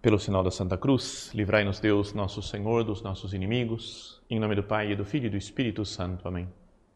Pelo sinal da Santa Cruz, livrai-nos Deus, nosso Senhor, dos nossos inimigos. Em nome do Pai, e do Filho e do Espírito Santo. Amém.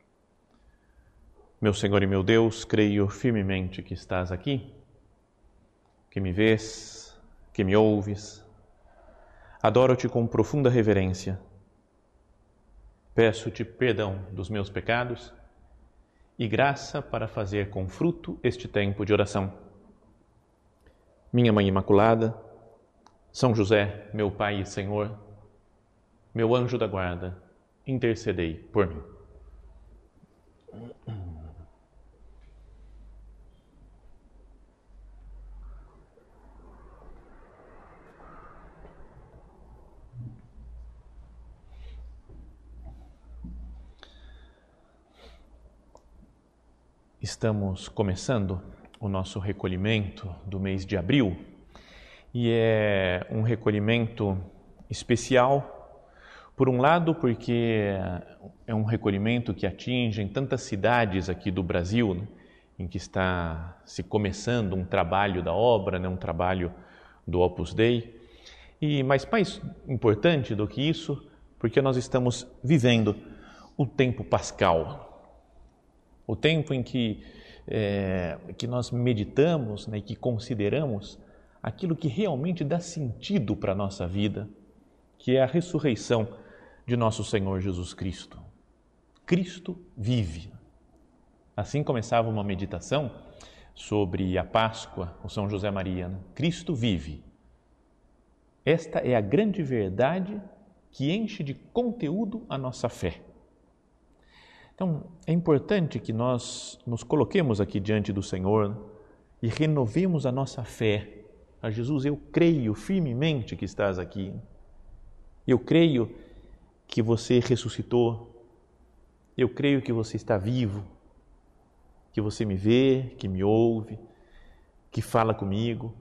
Meu Senhor e meu Deus, creio firmemente que estás aqui, que me vês, que me ouves. Adoro-te com profunda reverência. Peço-te perdão dos meus pecados e graça para fazer com fruto este tempo de oração. Minha Mãe Imaculada, São José, meu Pai e Senhor, meu anjo da guarda, intercedei por mim. Estamos começando o nosso recolhimento do mês de abril e é um recolhimento especial, por um lado porque é um recolhimento que atinge tantas cidades aqui do Brasil, né, em que está se começando um trabalho da obra, né, um trabalho do Opus Dei, mas mais importante do que isso, porque nós estamos vivendo o tempo pascal. O tempo em que nós meditamos, né, e que consideramos aquilo que realmente dá sentido para a nossa vida, que é a ressurreição de nosso Senhor Jesus Cristo. Cristo vive. Assim começava uma meditação sobre a Páscoa, o São José Maria. Né? Cristo vive. Esta é a grande verdade que enche de conteúdo a nossa fé. Então, é importante que nós nos coloquemos aqui diante do Senhor e renovemos a nossa fé. A Jesus, eu creio firmemente que estás aqui. Eu creio que você ressuscitou. Eu creio que você está vivo, que você me vê, que me ouve, que fala comigo.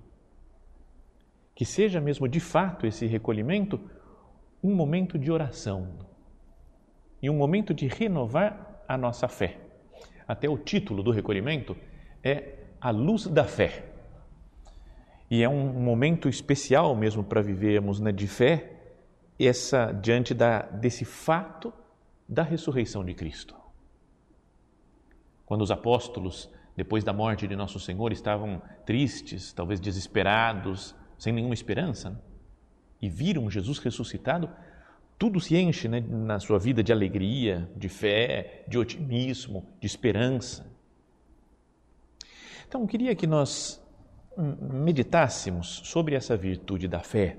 Que seja mesmo de fato esse recolhimento um momento de oração e um momento de renovar a nossa fé. Até o título do recolhimento é A Luz da Fé. E é um momento especial mesmo para vivermos, né, de fé, diante desse fato da ressurreição de Cristo. Quando os apóstolos, depois da morte de Nosso Senhor, estavam tristes, talvez desesperados, sem nenhuma esperança, né, e viram Jesus ressuscitado, tudo se enche, né, na sua vida de alegria, de fé, de otimismo, de esperança. Então, eu queria que nós meditássemos sobre essa virtude da fé,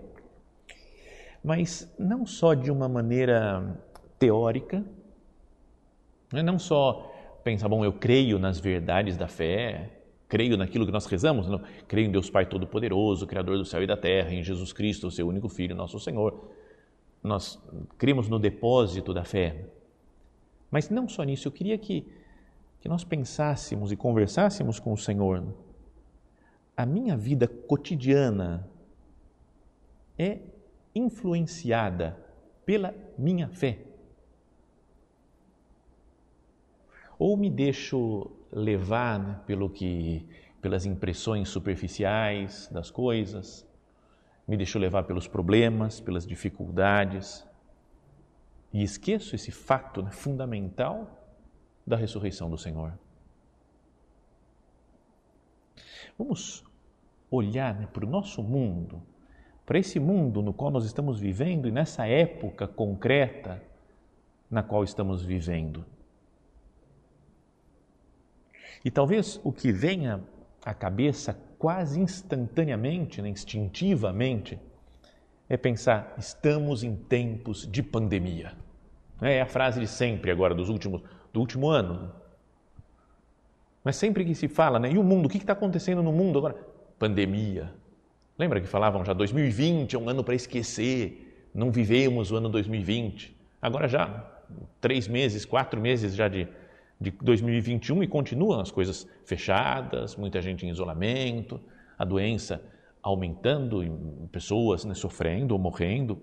mas não só de uma maneira teórica, não só pensar, bom, eu creio nas verdades da fé, creio naquilo que nós rezamos, não, creio em Deus Pai Todo-Poderoso, Criador do céu e da terra, em Jesus Cristo, seu único Filho, nosso Senhor. Nós cremos no depósito da fé. Mas não só nisso, eu queria que nós pensássemos e conversássemos com o Senhor. A minha vida cotidiana é influenciada pela minha fé? Ou me deixo levar, né, pelas impressões superficiais das coisas, me deixo levar pelos problemas, pelas dificuldades e esqueço esse fato, né, fundamental da ressurreição do Senhor. Vamos olhar, né, para o nosso mundo, para esse mundo no qual nós estamos vivendo e nessa época concreta na qual estamos vivendo. E talvez o que venha à cabeça quase instantaneamente, né, instintivamente, é pensar, estamos em tempos de pandemia. É a frase de sempre agora, do último ano. Mas sempre que se fala, né, e o mundo, o que está acontecendo no mundo agora? Pandemia. Lembra que falavam já 2020 é um ano para esquecer, não vivemos o ano 2020. Agora já 3 meses, 4 meses já de 2021 e continuam as coisas fechadas, muita gente em isolamento, a doença aumentando, pessoas, né, sofrendo ou morrendo.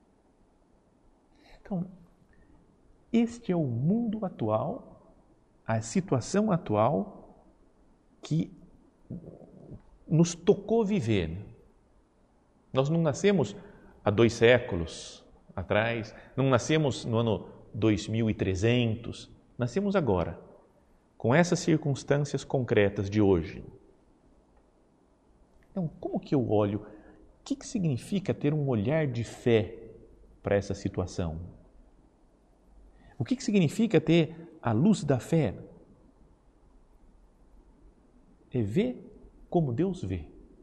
Então, este é o mundo atual, a situação atual que nos tocou viver. Nós não nascemos há 2 séculos atrás, não nascemos no ano 2300, nascemos agora, com essas circunstâncias concretas de hoje. Então, como que eu olho? O que significa ter um olhar de fé para essa situação? O que significa ter a luz da fé? É ver como Deus vê.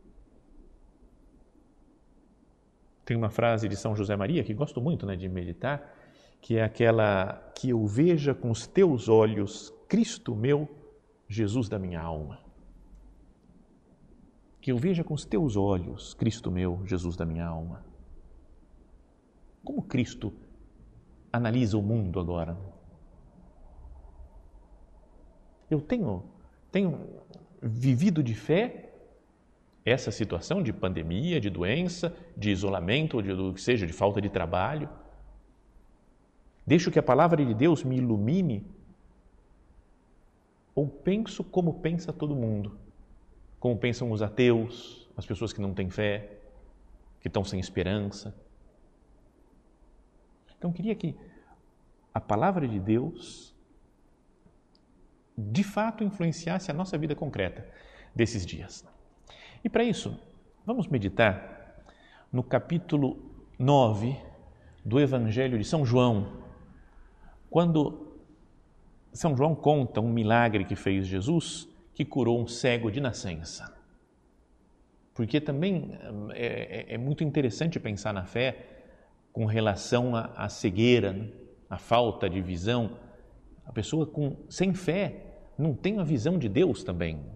Tem uma frase de São José Maria que gosto muito, de meditar, que é aquela: que eu veja com os teus olhos Cristo meu, Jesus da minha alma. Que eu veja com os teus olhos Cristo meu, Jesus da minha alma. Como Cristo analisa o mundo agora? Eu tenho vivido de fé essa situação de pandemia, de doença, de isolamento, do que seja, de falta de trabalho. Deixo que a palavra de Deus me ilumine, ou penso como pensa todo mundo, como pensam os ateus, as pessoas que não têm fé, que estão sem esperança. Então, queria que a palavra de Deus de fato influenciasse a nossa vida concreta desses dias. E para isso, vamos meditar no capítulo 9 do Evangelho de São João, quando São João conta um milagre que fez Jesus, que curou um cego de nascença. Porque também é muito interessante pensar na fé com relação à cegueira, à falta de visão. A pessoa sem fé não tem a visão de Deus também.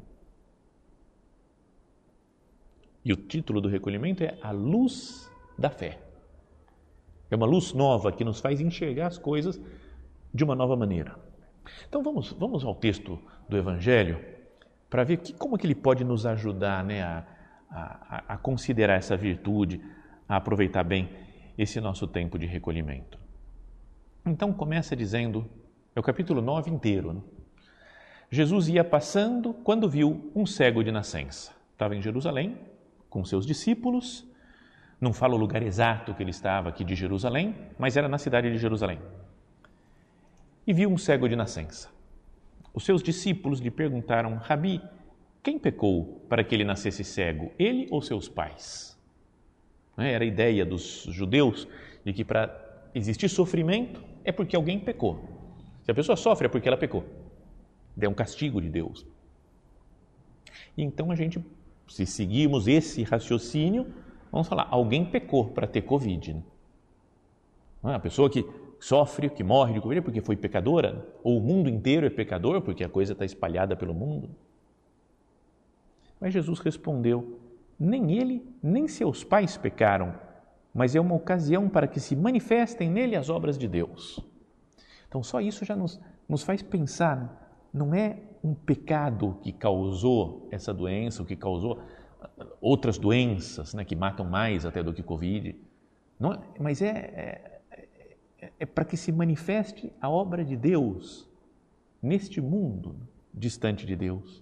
E o título do recolhimento é A Luz da Fé. É uma luz nova que nos faz enxergar as coisas de uma nova maneira. Então vamos ao texto do Evangelho para ver como que ele pode nos ajudar a considerar essa virtude, a aproveitar bem esse nosso tempo de recolhimento. Então começa dizendo, é o capítulo 9 inteiro. Jesus ia passando quando viu um cego de nascença. Estava em Jerusalém com seus discípulos, não fala o lugar exato que ele estava aqui de Jerusalém, mas era na cidade de Jerusalém. E viu um cego de nascença. Os seus discípulos lhe perguntaram: Rabi, quem pecou para que ele nascesse cego, ele ou seus pais? Era a ideia dos judeus de que para existir sofrimento é porque alguém pecou. Se a pessoa sofre é porque ela pecou. É um castigo de Deus. E então se seguirmos esse raciocínio, vamos falar, alguém pecou para ter Covid. A pessoa que sofre, que morre de Covid é porque foi pecadora, ou o mundo inteiro é pecador porque a coisa está espalhada pelo mundo. Mas Jesus respondeu: nem ele, nem seus pais pecaram, mas é uma ocasião para que se manifestem nele as obras de Deus. Então só isso já nos faz pensar, não é um pecado que causou essa doença, ou que causou outras doenças, que matam mais até do que Covid, não é, mas é para que se manifeste a obra de Deus neste mundo distante de Deus.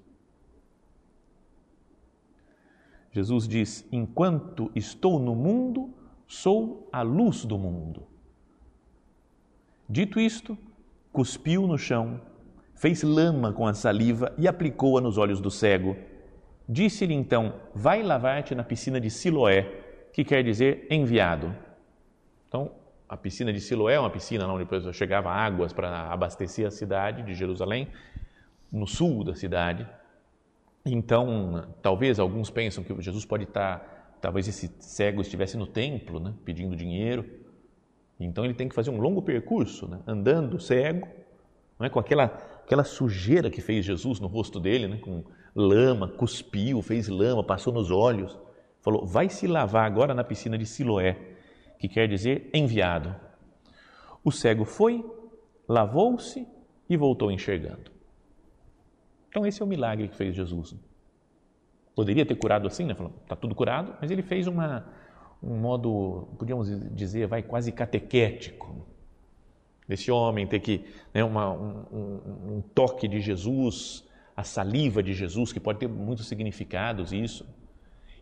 Jesus diz: enquanto estou no mundo, sou a luz do mundo. Dito isto, cuspiu no chão, fez lama com a saliva e aplicou-a nos olhos do cego. Disse-lhe então: vai lavar-te na piscina de Siloé, que quer dizer enviado. Então, a piscina de Siloé é uma piscina onde depois chegava águas para abastecer a cidade de Jerusalém, no sul da cidade. Então, talvez alguns pensam que Jesus pode estar, talvez esse cego estivesse no templo, pedindo dinheiro. Então ele tem que fazer um longo percurso, andando cego, com aquela sujeira que fez Jesus no rosto dele, com lama, cuspiu, fez lama, passou nos olhos. Falou: vai se lavar agora na piscina de Siloé, que quer dizer enviado. O cego foi, lavou-se e voltou enxergando. Então esse é o milagre que fez Jesus. Poderia ter curado assim, falou, está tudo curado, mas ele fez um modo, podíamos dizer, quase catequético. Desse homem ter que, um toque de Jesus, a saliva de Jesus, que pode ter muitos significados isso.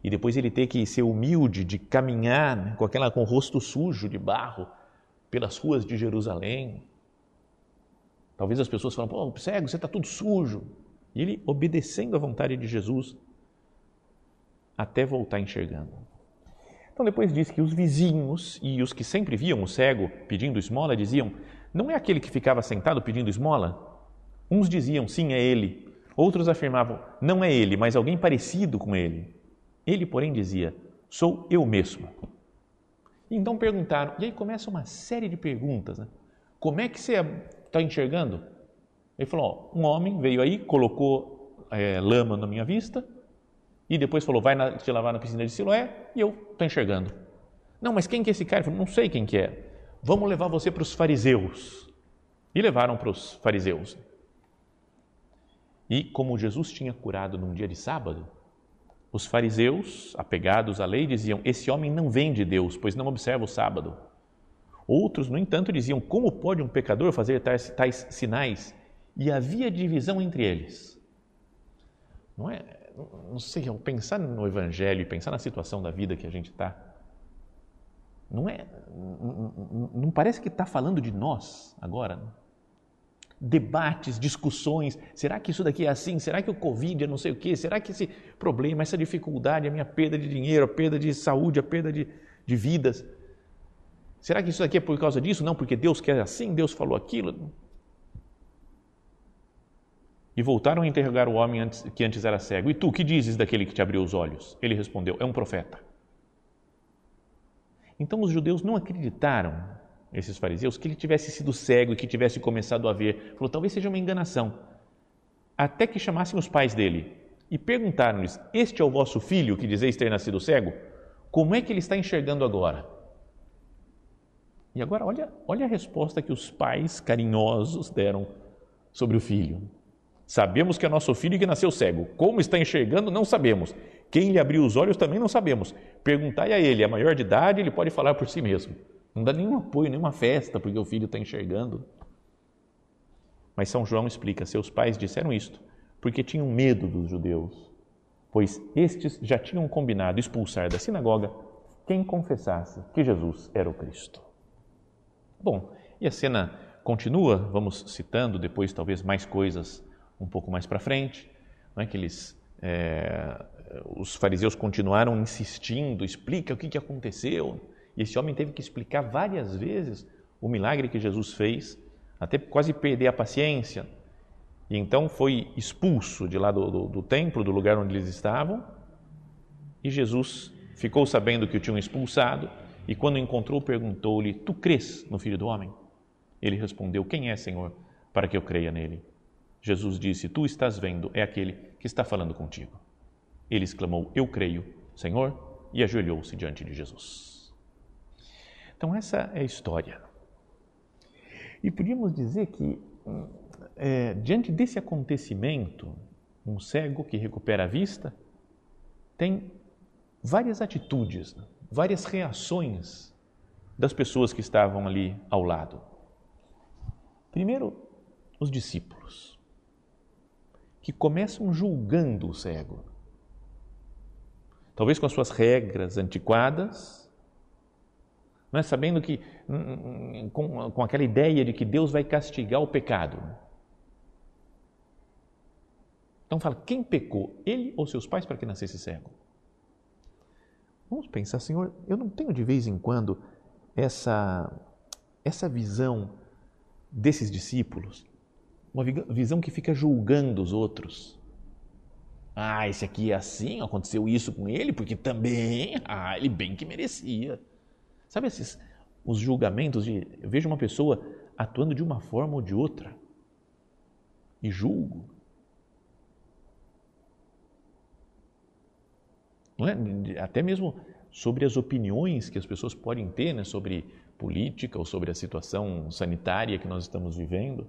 e depois ele ter que ser humilde de caminhar, né, com o rosto sujo de barro pelas ruas de Jerusalém. Talvez as pessoas falam, pô, cego, você está tudo sujo. E ele obedecendo à vontade de Jesus até voltar enxergando. Então depois diz que os vizinhos e os que sempre viam o cego pedindo esmola diziam, não é aquele que ficava sentado pedindo esmola? Uns diziam, sim, é ele. Outros afirmavam, não é ele, mas alguém parecido com ele. Ele, porém, dizia, sou eu mesmo. E então perguntaram, e aí começa uma série de perguntas, né? Como é que você está enxergando? Ele falou, um homem veio aí, colocou lama na minha vista e depois falou, vai te lavar na piscina de Siloé e eu estou enxergando. Não, mas quem que é esse cara? Ele falou, não sei quem que é. Vamos levar você para os fariseus. E levaram para os fariseus. E como Jesus tinha curado num dia de sábado, os fariseus, apegados à lei, diziam, esse homem não vem de Deus, pois não observa o sábado. Outros, no entanto, diziam, como pode um pecador fazer tais sinais? E havia divisão entre eles. Não sei, ao pensar no Evangelho e pensar na situação da vida que a gente está, não parece que está falando de nós agora, né? Debates, discussões, será que isso daqui é assim? Será que o Covid é não sei o quê? Será que esse problema, essa dificuldade, a minha perda de dinheiro, a perda de saúde, a perda de vidas, será que isso daqui é por causa disso? Não, porque Deus quer assim, Deus falou aquilo. E voltaram a interrogar o homem que antes era cego. E tu, que dizes daquele que te abriu os olhos? Ele respondeu, é um profeta. Então os judeus não acreditaram, esses fariseus, que ele tivesse sido cego e que tivesse começado a ver. Falou, talvez seja uma enganação. Até que chamassem os pais dele e perguntaram-lhes, este é o vosso filho que dizeis ter nascido cego? Como é que ele está enxergando agora? E agora olha a resposta que os pais carinhosos deram sobre o filho. Sabemos que é nosso filho que nasceu cego. Como está enxergando, não sabemos. Quem lhe abriu os olhos também não sabemos. Perguntai a ele, é maior de idade, ele pode falar por si mesmo. Não dá nenhum apoio, nenhuma festa, porque o filho está enxergando. Mas São João explica, seus pais disseram isto, porque tinham medo dos judeus, pois estes já tinham combinado expulsar da sinagoga quem confessasse que Jesus era o Cristo. Bom, e a cena continua, vamos citando depois talvez mais coisas um pouco mais para frente, não é que os fariseus continuaram insistindo, explica o que aconteceu, e esse homem teve que explicar várias vezes o milagre que Jesus fez, até quase perder a paciência, e então foi expulso de lá do templo, do lugar onde eles estavam, e Jesus ficou sabendo que o tinham expulsado, e quando o encontrou perguntou-lhe, tu crês no Filho do Homem? Ele respondeu, quem é, Senhor, para que eu creia nele? Jesus disse, tu estás vendo, é aquele que está falando contigo. Ele exclamou, eu creio, Senhor, e ajoelhou-se diante de Jesus. Então essa é a história. E podíamos dizer que, diante desse acontecimento, um cego que recupera a vista tem várias atitudes, várias reações das pessoas que estavam ali ao lado. Primeiro, os discípulos, que começam julgando o cego. Talvez com as suas regras antiquadas, não é? Sabendo que, com aquela ideia de que Deus vai castigar o pecado. Então fala, quem pecou, ele ou seus pais, para que nascesse cego? Vamos pensar, Senhor, eu não tenho de vez em quando essa visão desses discípulos, uma visão que fica julgando os outros. Ah, esse aqui é assim, aconteceu isso com ele, porque também, ele bem que merecia. Sabe os julgamentos eu vejo uma pessoa atuando de uma forma ou de outra e julgo. Não é? Até mesmo sobre as opiniões que as pessoas podem ter, né, sobre política ou sobre a situação sanitária que nós estamos vivendo.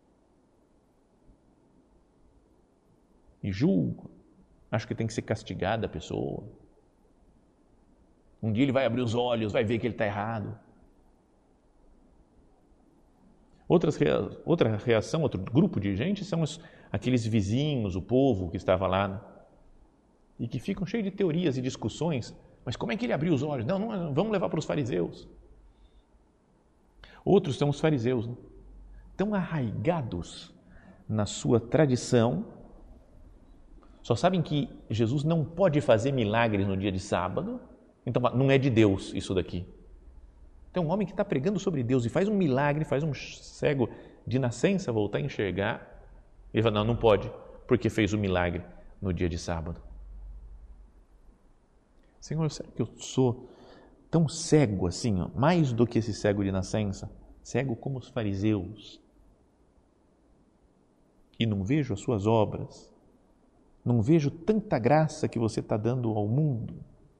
E julgo. Acho que tem que ser castigada a pessoa. Um dia ele vai abrir os olhos, vai ver que ele está errado. Outra reação, outro grupo de gente são aqueles vizinhos, o povo que estava lá, né? e que ficam cheios de teorias e discussões. Mas como é que ele abriu os olhos? Não, vamos levar para os fariseus. Outros são os fariseus, né? Tão arraigados na sua tradição, só sabem que Jesus não pode fazer milagres no dia de sábado, então não é de Deus isso daqui. Tem um homem que está pregando sobre Deus e faz um milagre, faz um cego de nascença voltar a enxergar. Ele fala, não pode, porque fez o milagre no dia de sábado. Senhor, será que eu sou tão cego assim, ó, mais do que esse cego de nascença? Cego como os fariseus. E não vejo as suas obras, não vejo tanta graça que você está dando ao mundo.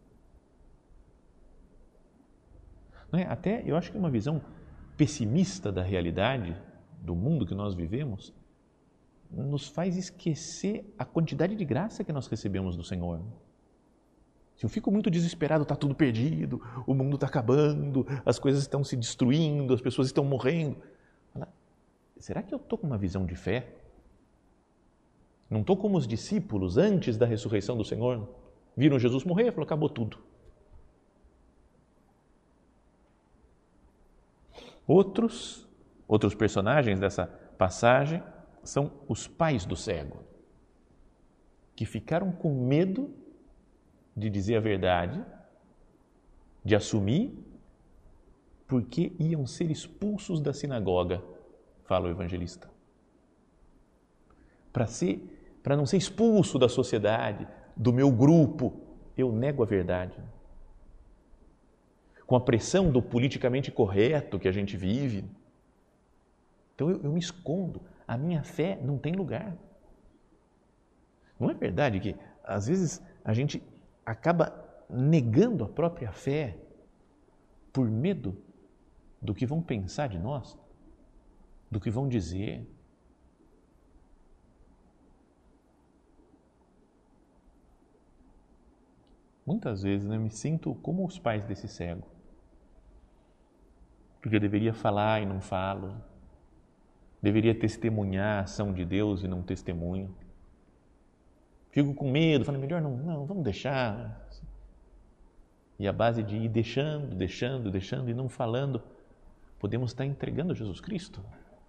Não é? Até eu acho que uma visão pessimista da realidade, do mundo que nós vivemos, nos faz esquecer a quantidade de graça que nós recebemos do Senhor. Se eu fico muito desesperado, está tudo perdido, o mundo está acabando, as coisas estão se destruindo, as pessoas estão morrendo. Será que eu estou com uma visão de fé? Não estou como os discípulos antes da ressurreição do Senhor? Viram Jesus morrer e falaram, acabou tudo. Outros personagens dessa passagem são os pais do cego, que ficaram com medo de dizer a verdade, de assumir, porque iam ser expulsos da sinagoga, fala o evangelista. Para não ser expulso da sociedade, do meu grupo, eu nego a verdade. Com a pressão do politicamente correto que a gente vive, então eu me escondo, a minha fé não tem lugar. Não é verdade que, às vezes, a gente acaba negando a própria fé por medo do que vão pensar de nós, do que vão dizer? Muitas vezes eu me sinto como os pais desse cego, porque eu deveria falar e não falo, deveria testemunhar a ação de Deus e não testemunho. Fico com medo, falo, melhor não, vamos deixar. E a base de ir deixando e não falando, podemos estar entregando a Jesus Cristo.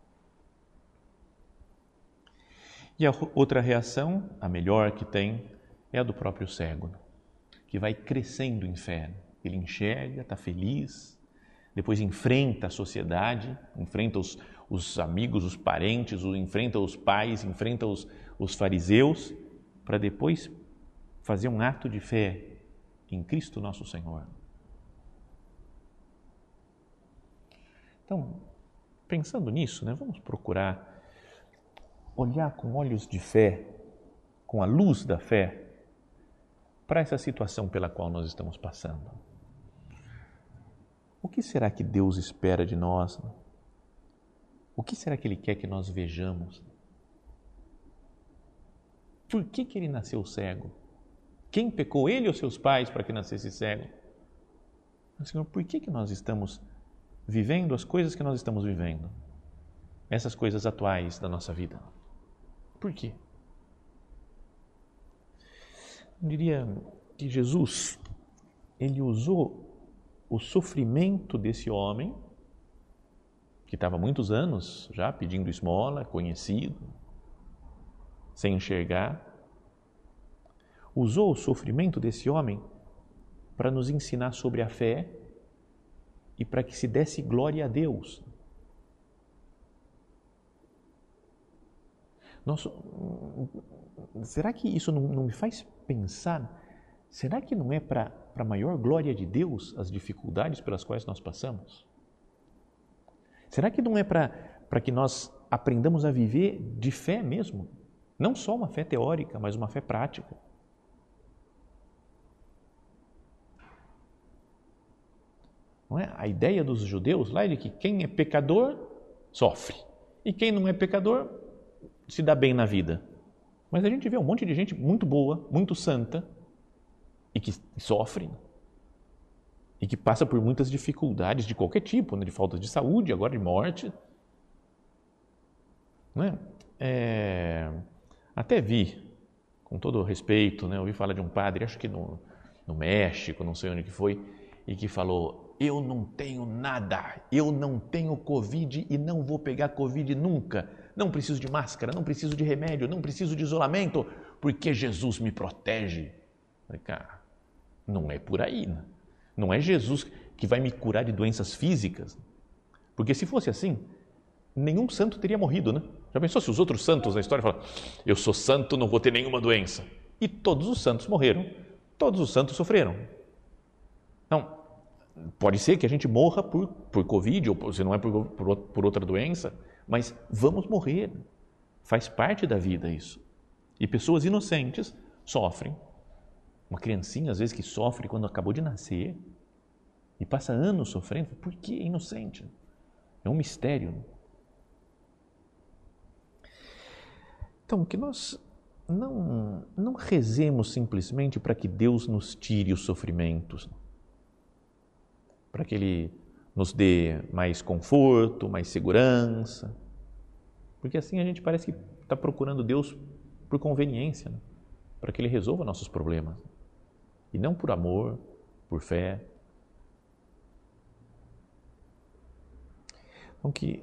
E a outra reação, a melhor que tem, é a do próprio cego, que vai crescendo em fé. Ele enxerga, está feliz, depois enfrenta a sociedade, enfrenta os amigos, os parentes, enfrenta os pais, enfrenta os fariseus, para depois fazer um ato de fé em Cristo nosso Senhor. Então, pensando nisso, vamos procurar olhar com olhos de fé, com a luz da fé, para essa situação pela qual nós estamos passando. O que será que Deus espera de nós? O que será que Ele quer que nós vejamos? Por que Ele nasceu cego? Quem pecou, ele ou seus pais, para que nascesse cego? Senhor, por que nós estamos vivendo as coisas que nós estamos vivendo? Essas coisas atuais da nossa vida. Por quê? Eu diria que Jesus, Ele usou o sofrimento desse homem, que estava há muitos anos já pedindo esmola, conhecido, sem enxergar, usou o sofrimento desse homem para nos ensinar sobre a fé e para que se desse glória a Deus. Será que isso não me faz pensar? Será que não é para a maior glória de Deus as dificuldades pelas quais nós passamos? Será que não é para que nós aprendamos a viver de fé mesmo? Não só uma fé teórica, mas uma fé prática. Não é? A ideia dos judeus lá é de que quem é pecador sofre e quem não é pecador se dá bem na vida. Mas a gente vê um monte de gente muito boa, muito santa e que sofre e que passa por muitas dificuldades de qualquer tipo, de falta de saúde, agora de morte. Não é? Até vi com todo respeito, né? Eu ouvi falar de um padre, acho que no México, não sei onde que foi, e que falou: eu não tenho nada, eu não tenho Covid e não vou pegar Covid nunca. Não preciso de máscara, não preciso de remédio, não preciso de isolamento, porque Jesus me protege. Falei, cara, não é por aí, né? Não é Jesus que vai me curar de doenças físicas. Porque se fosse assim, nenhum santo teria morrido, né? Já pensou se os outros santos na história falam: eu sou santo, não vou ter nenhuma doença. E todos os santos morreram, todos os santos sofreram. Não, pode ser que a gente morra por Covid, ou se não é por outra doença, mas vamos morrer. Faz parte da vida isso. E pessoas inocentes sofrem. Uma criancinha, às vezes, que sofre quando acabou de nascer e passa anos sofrendo, por que é inocente? É um mistério. Então, que nós não rezemos simplesmente para que Deus nos tire os sofrimentos, para que Ele nos dê mais conforto, mais segurança, porque assim a gente parece que está procurando Deus por conveniência, né? Para que Ele resolva nossos problemas, e não por amor, por fé. Então, que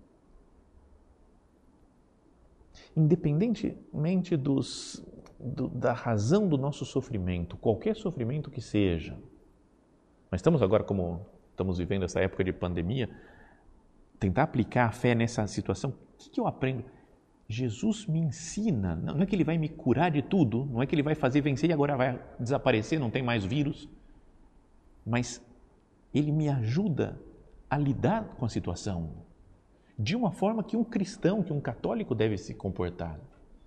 independentemente da razão do nosso sofrimento, qualquer sofrimento que seja, mas estamos agora, como estamos vivendo essa época de pandemia, tentar aplicar a fé nessa situação. O que eu aprendo? Jesus me ensina, não é que Ele vai me curar de tudo, não é que Ele vai fazer vencer e agora vai desaparecer, não tem mais vírus, mas Ele me ajuda a lidar com a situação de uma forma que um cristão, que um católico deve se comportar.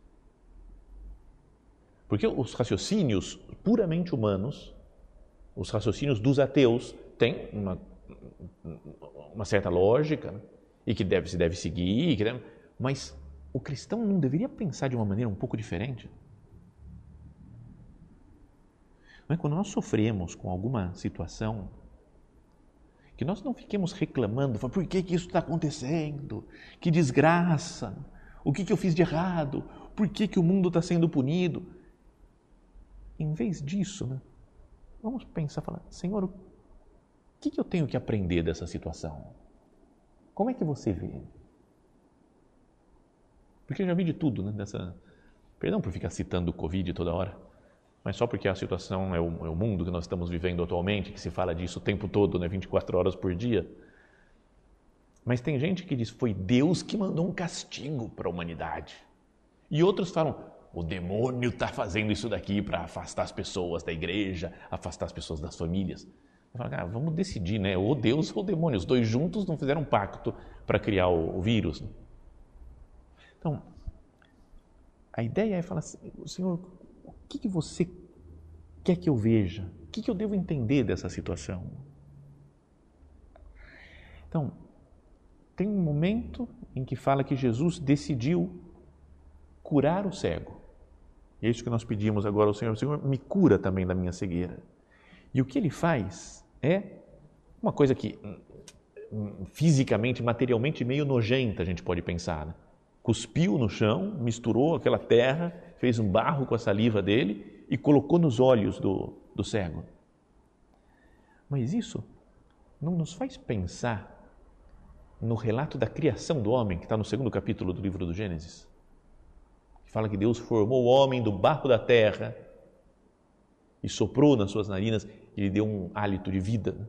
Porque os raciocínios puramente humanos, os raciocínios dos ateus, têm uma certa lógica, né? E que se deve seguir, mas o cristão não deveria pensar de uma maneira um pouco diferente? Não é? Quando nós sofremos com alguma situação, que nós não fiquemos reclamando, por que isso está acontecendo? Que desgraça! O que eu fiz de errado? Por que o mundo está sendo punido? Em vez disso, né, vamos pensar, falar: Senhor, o que eu tenho que aprender dessa situação? Como é que você vê? Porque eu já vi de tudo, né? Perdão por ficar citando o Covid toda hora, mas só porque a situação é o mundo que nós estamos vivendo atualmente, que se fala disso o tempo todo, né? 24 horas por dia. Mas tem gente que diz: foi Deus que mandou um castigo para a humanidade. E outros falam: o demônio está fazendo isso daqui para afastar as pessoas da igreja, afastar as pessoas das famílias. Eu falo: vamos decidir, né? Ou Deus ou o demônio. Os dois juntos não fizeram um pacto para criar o vírus. Então, a ideia é falar assim: Senhor, o que você quer que eu veja? O que eu devo entender dessa situação? Então, tem um momento em que fala que Jesus decidiu curar o cego. E é isso que nós pedimos agora ao Senhor: o Senhor me cura também da minha cegueira. E o que Ele faz é uma coisa que fisicamente, materialmente meio nojenta, a gente pode pensar, né? Cuspiu no chão, misturou aquela terra, fez um barro com a saliva dele e colocou nos olhos do cego. Mas isso não nos faz pensar no relato da criação do homem, que está no 2º capítulo do livro do Gênesis, que fala que Deus formou o homem do barro da terra e soprou nas suas narinas e lhe deu um hálito de vida.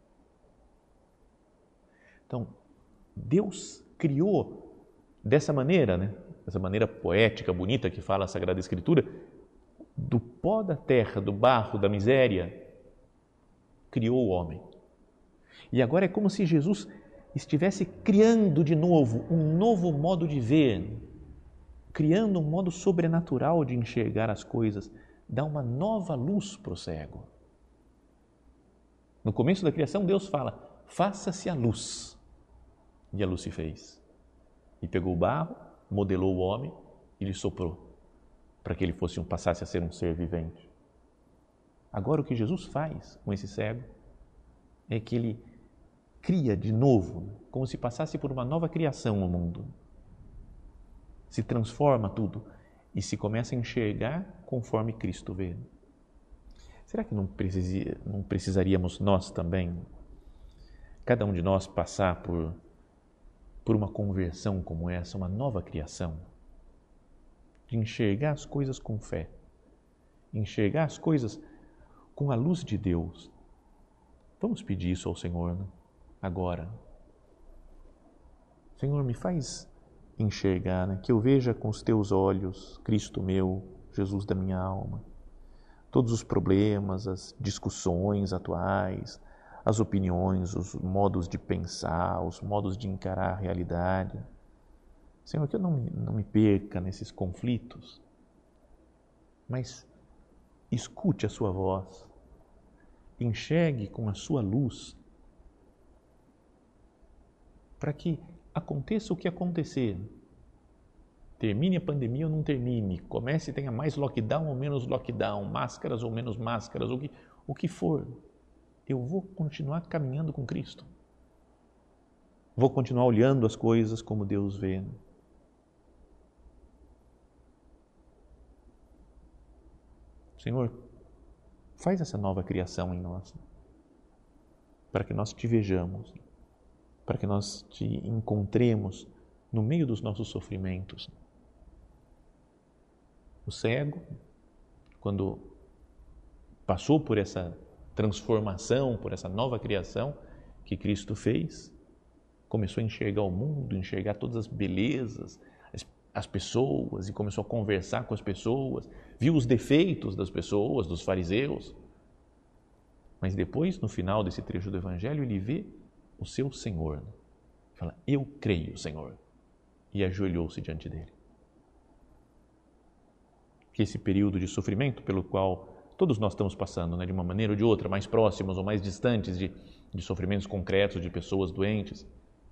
Então, Deus criou dessa maneira, né? Dessa maneira poética, bonita que fala a Sagrada Escritura, do pó da terra, do barro, da miséria, criou o homem. E agora é como se Jesus estivesse criando de novo um novo modo de ver, criando um modo sobrenatural de enxergar as coisas, dá uma nova luz para o cego. No começo da criação, Deus fala: faça-se a luz. E a luz se fez. E pegou o barro, modelou o homem e lhe soprou, para que ele passasse a ser um ser vivente. Agora o que Jesus faz com esse cego é que ele cria de novo, como se passasse por uma nova criação no mundo. Se transforma tudo e se começa a enxergar conforme Cristo vê. Será que não precisaríamos nós também, cada um de nós, passar por uma conversão como essa, uma nova criação? De enxergar as coisas com fé, enxergar as coisas com a luz de Deus. Vamos pedir isso ao Senhor, né? Agora. Senhor, me faz enxergar, né? Que eu veja com os teus olhos, Cristo meu, Jesus da minha alma, todos os problemas, as discussões atuais, as opiniões, os modos de pensar, os modos de encarar a realidade. Senhor, que eu não me perca nesses conflitos, mas escute a sua voz, enxergue com a sua luz, para que aconteça o que acontecer. Termine a pandemia ou não termine, comece e tenha mais lockdown ou menos lockdown, máscaras ou menos máscaras, o que for, eu vou continuar caminhando com Cristo. Vou continuar olhando as coisas como Deus vê. Senhor, faz essa nova criação em nós, para que nós te vejamos, para que nós te encontremos no meio dos nossos sofrimentos. O cego, quando passou por essa transformação, por essa nova criação que Cristo fez, começou a enxergar o mundo, enxergar todas as belezas, as pessoas, e começou a conversar com as pessoas, viu os defeitos das pessoas, dos fariseus. Mas depois, no final desse trecho do Evangelho, ele vê o seu Senhor. Fala, eu creio, Senhor. E ajoelhou-se diante dele. Que esse período de sofrimento pelo qual todos nós estamos passando, né, de uma maneira ou de outra, mais próximos ou mais distantes de sofrimentos concretos de pessoas doentes,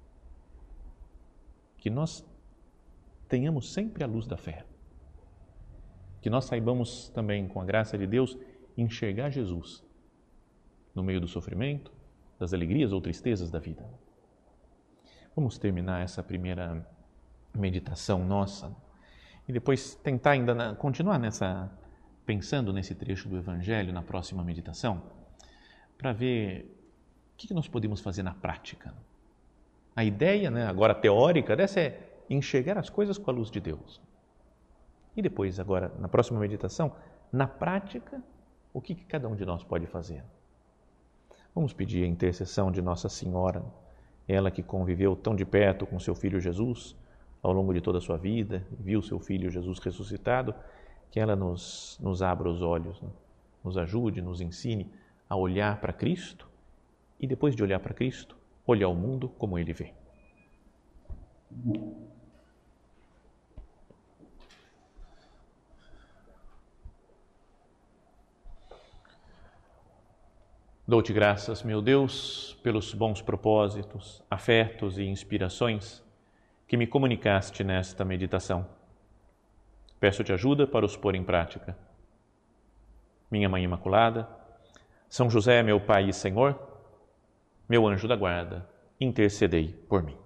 que nós tenhamos sempre a luz da fé. Que nós saibamos também, com a graça de Deus, enxergar Jesus no meio do sofrimento, das alegrias ou tristezas da vida. Vamos terminar essa primeira meditação nossa e depois tentar ainda continuar pensando nesse trecho do Evangelho na próxima meditação, para ver o que nós podemos fazer na prática. A ideia, né, agora teórica dessa é enxergar as coisas com a luz de Deus. E depois, agora, na próxima meditação, na prática, o que cada um de nós pode fazer? Vamos pedir a intercessão de Nossa Senhora, ela que conviveu tão de perto com seu Filho Jesus ao longo de toda a sua vida, viu seu Filho Jesus ressuscitado, que ela nos abra os olhos, né? Nos ajude, nos ensine a olhar para Cristo e, depois de olhar para Cristo, olhar o mundo como Ele vê. Dou-te graças, meu Deus, pelos bons propósitos, afetos e inspirações que me comunicaste nesta meditação. Peço-te ajuda para os pôr em prática. Minha Mãe Imaculada, São José, meu Pai e Senhor, meu anjo da guarda, intercedei por mim.